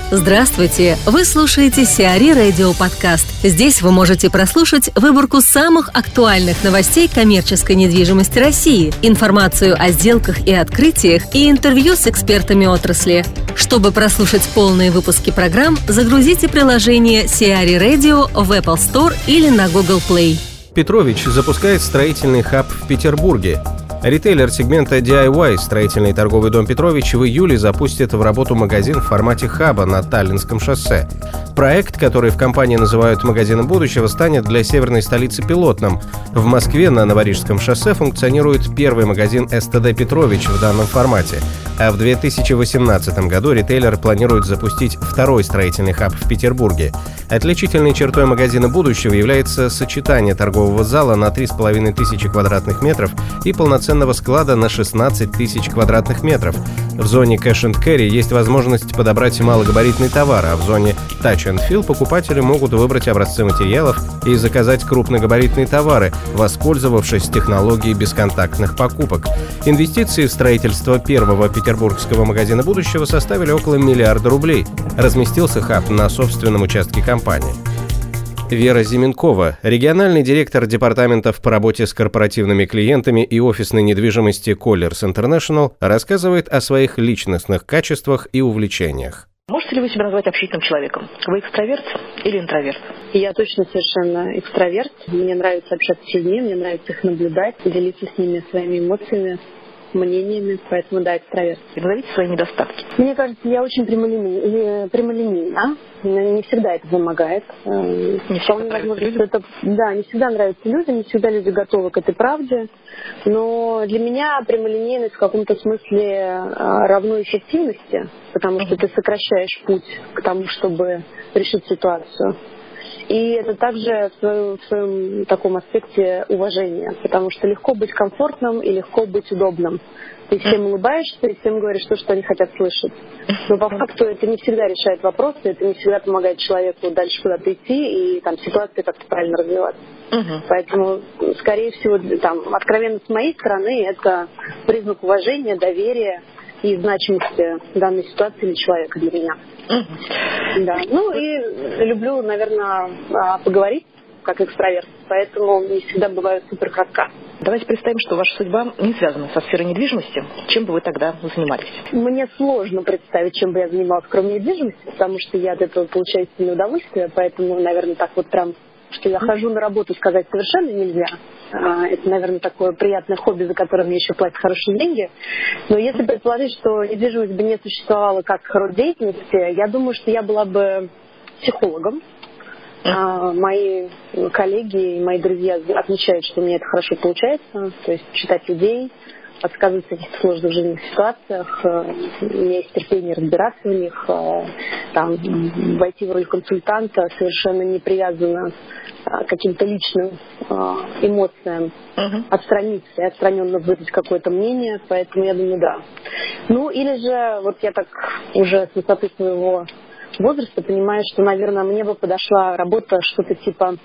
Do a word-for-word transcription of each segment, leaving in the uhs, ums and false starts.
Здравствуйте! Вы слушаете Сиари Радио Подкаст. Здесь вы можете прослушать выборку самых актуальных новостей коммерческой недвижимости России, информацию о сделках и открытиях и интервью с экспертами отрасли. Чтобы прослушать полные выпуски программ, загрузите приложение Сиари Radio в Apple Store или на Google Play. Петрович запускает строительный хаб в Петербурге. Ритейлер сегмента ди ай уай, строительный торговый дом «Петрович», в июле запустит в работу магазин в формате хаба на Таллинском шоссе. Проект, который в компании называют «Магазином будущего», станет для северной столицы пилотным. В Москве на Новорижском шоссе функционирует первый магазин эс тэ дэ «Петрович» в данном формате. А в две тысячи восемнадцатом году ритейлер планирует запустить второй строительный хаб в Петербурге. Отличительной чертой магазина будущего является сочетание торгового зала на три с половиной тысячи квадратных метров и полноценного склада на шестнадцать тысяч квадратных метров. В зоне Cash and Carry есть возможность подобрать малогабаритный товар, а в зоне Touch and Feel покупатели могут выбрать образцы материалов и заказать крупногабаритные товары, воспользовавшись технологией бесконтактных покупок. Инвестиции в строительство первого петербургского магазина будущего составили около миллиарда рублей. Разместился хаб на собственном участке компании. Вера Зименкова, региональный директор департаментов по работе с корпоративными клиентами и офисной недвижимости Colliers International, рассказывает о своих личностных качествах и увлечениях. Можете ли вы себя назвать общительным человеком? Вы экстраверт или интроверт? Я точно совершенно экстраверт. Мне нравится общаться с людьми, мне нравится их наблюдать, делиться с ними своими эмоциями, мнениями, поэтому да, экстраверт. И назовите свои недостатки. Мне кажется, я очень прямолинейна. прямолинейна. Не всегда это помогает. Не всегда возможно, что это, да, не всегда нравятся люди, не всегда люди готовы к этой правде. Но для меня прямолинейность в каком-то смысле равно эффективности, потому что ты сокращаешь путь к тому, чтобы решить ситуацию. И это также в своем, в своем таком аспекте уважения, потому что легко быть комфортным и легко быть удобным. Ты всем улыбаешься, и всем говоришь то, что они хотят слышать. Но по факту это не всегда решает вопросы, это не всегда помогает человеку дальше куда-то идти и там ситуации как-то правильно развиваться. Uh-huh. Поэтому, скорее всего, там, откровенность с моей стороны – это признак уважения, доверия и значимости данной ситуации или человека для меня. Uh-huh. Да. Ну и люблю, наверное, поговорить как экстраверт, поэтому не всегда бываю супер кратка. Давайте представим, что ваша судьба не связана со сферой недвижимости. Чем бы вы тогда занимались? Мне сложно представить, чем бы я занималась, кроме недвижимости, потому что я от этого получаю сильное удовольствие, поэтому, наверное, так вот прям, что я хожу на работу, сказать совершенно нельзя. Это, наверное, такое приятное хобби, за которое мне еще платят хорошие деньги. Но если предположить, что недвижимость бы не существовала как род деятельности, я думаю, что я была бы психологом. А, мои коллеги и мои друзья отмечают, что у меня это хорошо получается. То есть читать людей, подсказывать в каких-то сложных жизненных ситуациях. У меня есть терпение разбираться в них. Там, войти в роль консультанта совершенно не привязано к каким-то личным эмоциям. Uh-huh. Отстраниться и отстраненно выдать какое-то мнение. Поэтому я думаю, да. Ну или же, вот я так уже с высоты своего возраста понимаю, что, наверное, мне бы подошла работа что-то типа,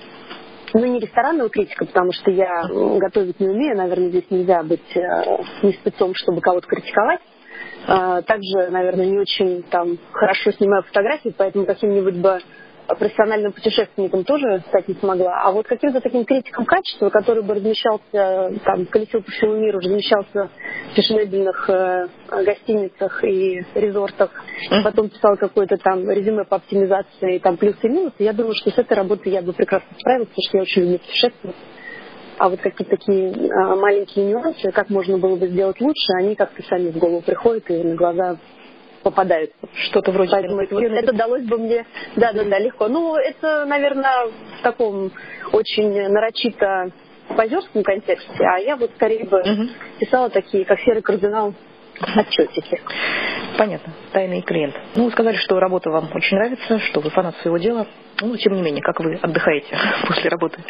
ну, не ресторанного критика, потому что я готовить не умею, наверное, здесь нельзя быть э, не спецом, чтобы кого-то критиковать. Э, также, наверное, не очень там хорошо снимаю фотографии, поэтому каким-нибудь бы профессиональным путешественником тоже стать не смогла. А вот каким-то таким критиком качества, который бы размещался, там, колесил по всему миру, размещался в фешенебельных э, гостиницах и резортах, mm-hmm. потом писал какое-то там резюме по оптимизации, там, плюсы и минусы, я думаю, что с этой работой я бы прекрасно справилась, потому что я очень люблю путешествовать. А вот какие-то такие э, маленькие нюансы, как можно было бы сделать лучше, они как-то сами в голову приходят и на глаза попадаются. Что-то вроде этого. Это, это далось бы мне, да, да, да, легко. Ну, это, наверное, в таком очень нарочито позерском контексте, а я вот скорее бы угу. писала такие, как серый кардинал, отчетики. Понятно. Тайный клиент. Ну, вы сказали, что работа вам очень нравится, что вы фанат своего дела. Ну, тем не менее, как вы отдыхаете после работы?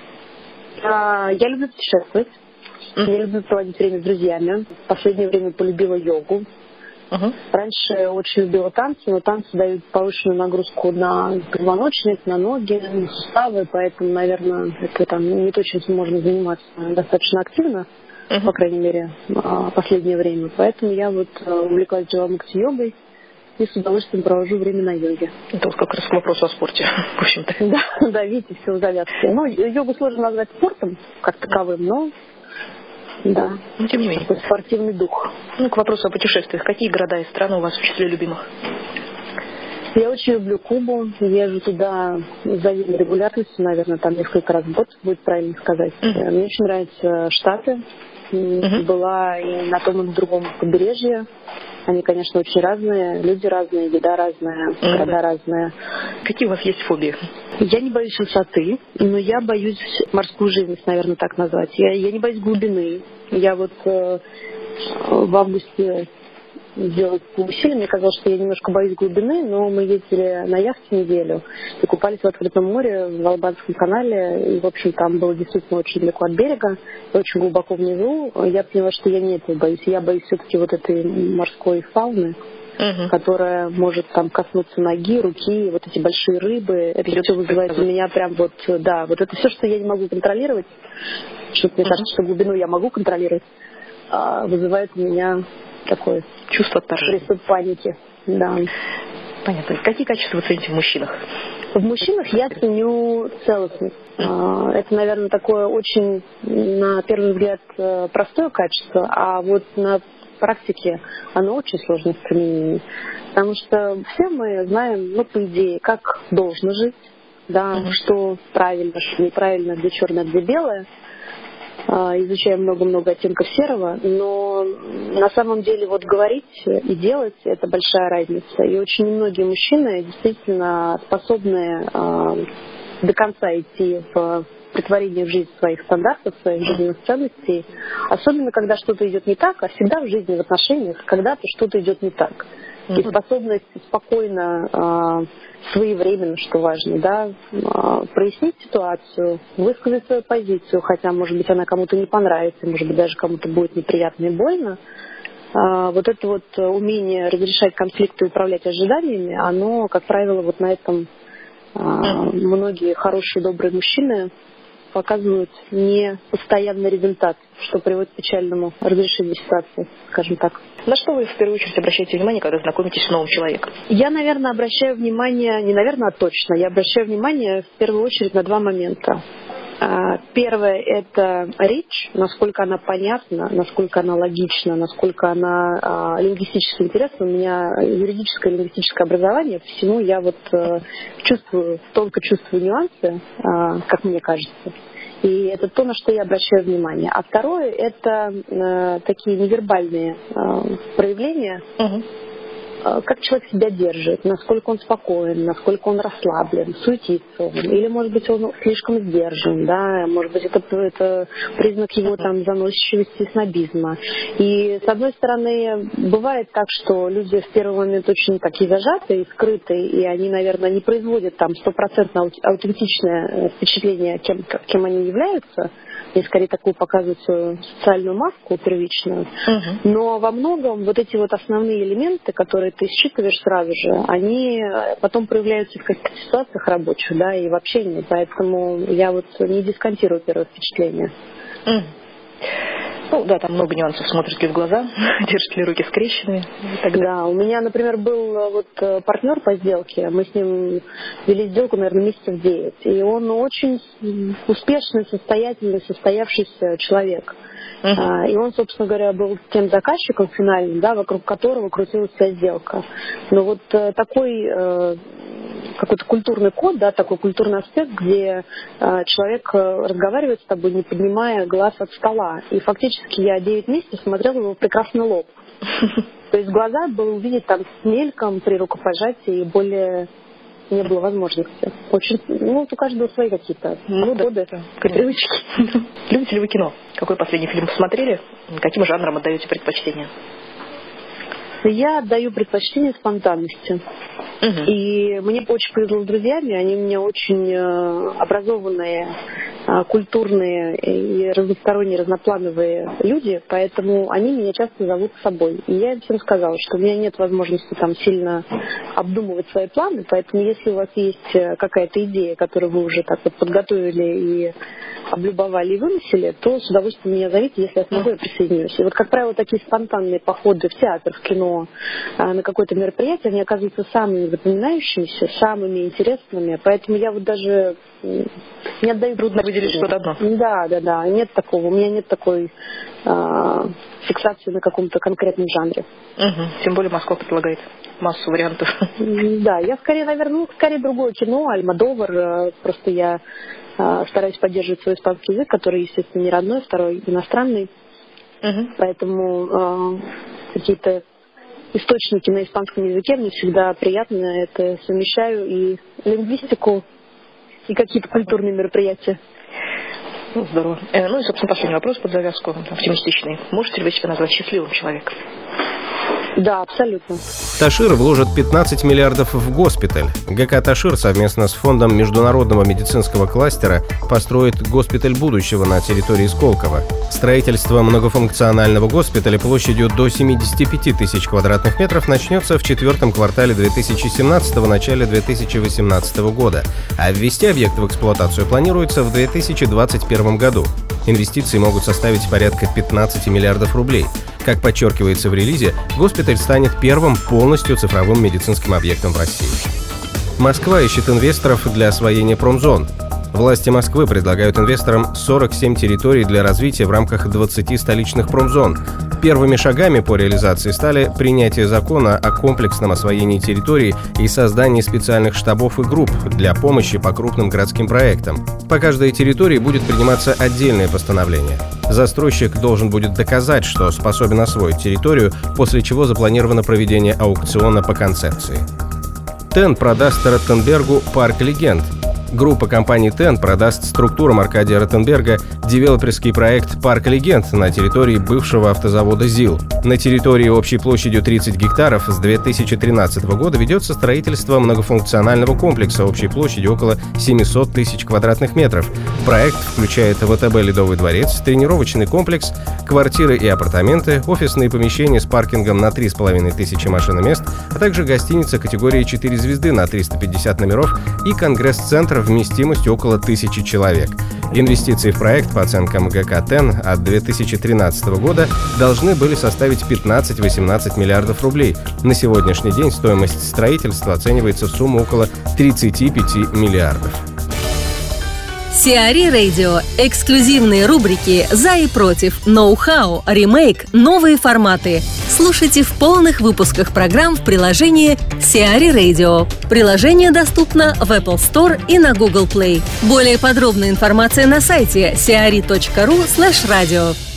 А, я люблю путешествовать. Mm. Я люблю проводить время с друзьями. В последнее время полюбила йогу. Uh-huh. Раньше очень любила танцы, но танцы дают повышенную нагрузку на позвоночник, на ноги, на суставы, поэтому, наверное, это там не то, чем можно заниматься достаточно активно, uh-huh. по крайней мере, в последнее время. Поэтому я вот увлеклась дживамукти-йогой. и с удовольствием провожу время на йоге. Это вот как раз к вопросу о спорте, в общем-то. Да, да, видите, все в завязке. Ну, йогу сложно назвать спортом как таковым, но да. Но тем не менее. Такой спортивный дух. Ну, к вопросу о путешествиях. Какие города и страны у вас в числе любимых? Я очень люблю Кубу. Езжу туда с завидной регулярностью, наверное, там несколько раз в год, будет правильно сказать. Mm-hmm. Мне очень нравятся Штаты. Mm-hmm. Была и на том, и на другом побережье. Они, конечно, очень разные. Люди разные, еда разная, mm-hmm. города разные. Какие у вас есть фобии? Я не боюсь высоты, но я боюсь морскую живность, наверное, так назвать. Я, я не боюсь глубины. Я вот э, в августе сделать усилия. Мне казалось, что я немножко боюсь глубины, но мы ездили на яхте неделю и купались в открытом море в Албанском канале. И, в общем, там было действительно очень далеко от берега, очень глубоко внизу. Я поняла, что я не этого боюсь. Я боюсь все-таки вот этой морской фауны, угу. которая может там коснуться ноги, руки, вот эти большие рыбы. Это все вызывает у меня прям вот, да, вот это все, что я не могу контролировать, что мне угу. кажется, что глубину я могу контролировать, вызывает у меня такое чувство отторжения, приступ паники. Да. Понятно. Какие качества вы цените в мужчинах? В мужчинах я ценю целостность. Это, наверное, такое очень, на первый взгляд, простое качество, а вот на практике оно очень сложно в применении. Потому что все мы знаем, ну, по идее, как должно жить, да, mm-hmm. что правильно, что неправильно, где черное, где белое. Изучаем много-много оттенков серого, но на самом деле вот говорить и делать – это большая разница. И очень немногие мужчины действительно способны э, до конца идти в претворение в жизнь своих стандартов, своих жизненных ценностей. Особенно, когда что-то идет не так, а всегда в жизни, в отношениях, когда-то что-то идет не так. И способность спокойно, э, своевременно, что важно, да, э, прояснить ситуацию, высказать свою позицию, хотя, может быть, она кому-то не понравится, может быть, даже кому-то будет неприятно и больно. Э, вот это вот умение разрешать конфликты и управлять ожиданиями, оно, как правило, вот на этом э, многие хорошие, добрые мужчины показывают не постоянный результат, что приводит к печальному разрешению ситуации, скажем так. На что вы в первую очередь обращаете внимание, когда знакомитесь с новым человеком? Я, наверное, обращаю внимание, не наверное, а точно, я обращаю внимание в первую очередь на два момента. Первое – это речь, насколько она понятна, насколько она логична, насколько она э, лингвистически интересна. У меня юридическое лингвистическое образование, всему я вот э, чувствую, тонко чувствую нюансы, э, как мне кажется. И это то, на что я обращаю внимание. А второе – это э, такие невербальные э, проявления, угу. Как человек себя держит, насколько он спокоен, насколько он расслаблен, суетится он, или, может быть, он слишком сдержан, да, может быть, это, это признак его там заносчивости и снобизма. И, с одной стороны, бывает так, что люди в первый момент очень такие зажатые, скрытые, и они, наверное, не производят там стопроцентно аутентичное впечатление, кем, кем они являются, и скорее такую показывают свою социальную маску первичную. Uh-huh. Но во многом вот эти вот основные элементы, которые ты считываешь сразу же, они потом проявляются в каких-то ситуациях рабочих, да, и в общении. Поэтому я вот не дисконтирую первое впечатление. Uh-huh. Ну да, там много нюансов. Смотришь ли в глаза, держишь ли руки скрещенными. Да, у меня, например, был вот партнер по сделке. Мы с ним вели сделку, наверное, месяцев девять. И он очень успешный, состоятельный, состоявшийся человек. Uh-huh. И он, собственно говоря, был тем заказчиком финальным, да, вокруг которого крутилась вся сделка. Но вот такой какой-то культурный код, да, такой культурный аспект, где э, человек разговаривает с тобой, не поднимая глаз от стола. И фактически я девять месяцев смотрела в его прекрасный лоб. То есть глаза было увидеть там с мельком при рукопожатии, и более не было возможности. Очень, ну, вот у каждого свои какие-то ну, годы, да, привычки. Любите ли вы кино? Какой последний фильм посмотрели? Каким жанрам отдаете предпочтение? Я отдаю предпочтение спонтанности. Uh-huh. И мне очень повезло с друзьями, они у меня очень образованные, культурные и разносторонние, разноплановые люди, поэтому они меня часто зовут с собой. И я им всем сказала, что у меня нет возможности там сильно обдумывать свои планы, поэтому если у вас есть какая-то идея, которую вы уже так вот подготовили и облюбовали и выносили, то с удовольствием меня зовите, если я смогу, я присоединюсь. И вот, как правило, такие спонтанные походы в театр, в кино, на какое-то мероприятие, они оказываются самыми запоминающимися, самыми интересными, поэтому я вот даже не отдаю... Трудно выделить что-то одно. Да, да, да, нет такого, у меня нет такой э, фиксации на каком-то конкретном жанре. Угу. Тем более Москва предлагает массу вариантов. Да, я скорее, наверное, ну, скорее другое кино, Альмодовар, просто я э, стараюсь поддерживать свой испанский язык, который, естественно, не родной, второй иностранный, угу. Поэтому э, какие-то источники на испанском языке мне всегда приятно, это совмещаю и лингвистику, и какие-то культурные мероприятия. Ну, здорово. Э, ну и, собственно, последний вопрос под завязку, оптимистичный. Можете ли вы себя назвать счастливым человеком? Да, абсолютно. Ташир вложит пятнадцать миллиардов в госпиталь. ГК «Ташир» совместно с Фондом международного медицинского кластера построит госпиталь будущего на территории Сколково. Строительство многофункционального госпиталя площадью до семидесяти пяти тысяч квадратных метров начнется в четвертом квартале две тысячи семнадцатого – начале две тысячи восемнадцатого года, а ввести объект в эксплуатацию планируется в две тысячи двадцать первом году. Инвестиции могут составить порядка пятнадцати миллиардов рублей. Как подчеркивается в релизе, госпиталь станет первым полностью цифровым медицинским объектом в России. Москва ищет инвесторов для освоения промзон. Власти Москвы предлагают инвесторам сорок семь территорий для развития в рамках двадцати столичных промзон. Первыми шагами по реализации стали принятие закона о комплексном освоении территорий и создании специальных штабов и групп для помощи по крупным городским проектам. По каждой территории будет приниматься отдельное постановление. Застройщик должен будет доказать, что способен освоить территорию, после чего запланировано проведение аукциона по концепции. ТЭН продаст Ротенбергу парк легенд. Группа компаний ТЭН продаст структурам Аркадия Ротенберга девелоперский проект «Парк легенд» на территории бывшего автозавода ЗИЛ. На территории общей площадью тридцать гектаров с две тысячи тринадцатого года ведется строительство многофункционального комплекса общей площадью около семисот тысяч квадратных метров. Проект включает ВТБ «Ледовый дворец», тренировочный комплекс, квартиры и апартаменты, офисные помещения с паркингом на три с половиной тысячи машиномест, а также гостиница категории четыре звезды на триста пятьдесят номеров и конгресс-центр вместимостью около тысячи человек. Инвестиции в проект, по оценкам ГК ТЭН, от две тысячи тринадцатого года должны были составить пятнадцать-восемнадцать миллиардов рублей. На сегодняшний день стоимость строительства оценивается в сумму около тридцати пяти миллиардов. Сиари Радио. Эксклюзивные рубрики «За и против», «Ноу-хау», «Ремейк», «Новые форматы». Слушайте в полных выпусках программ в приложении Сиари Radio. Приложение доступно в Apple Store и на Google Play. Более подробная информация на сайте сиари точка ру слэш радио.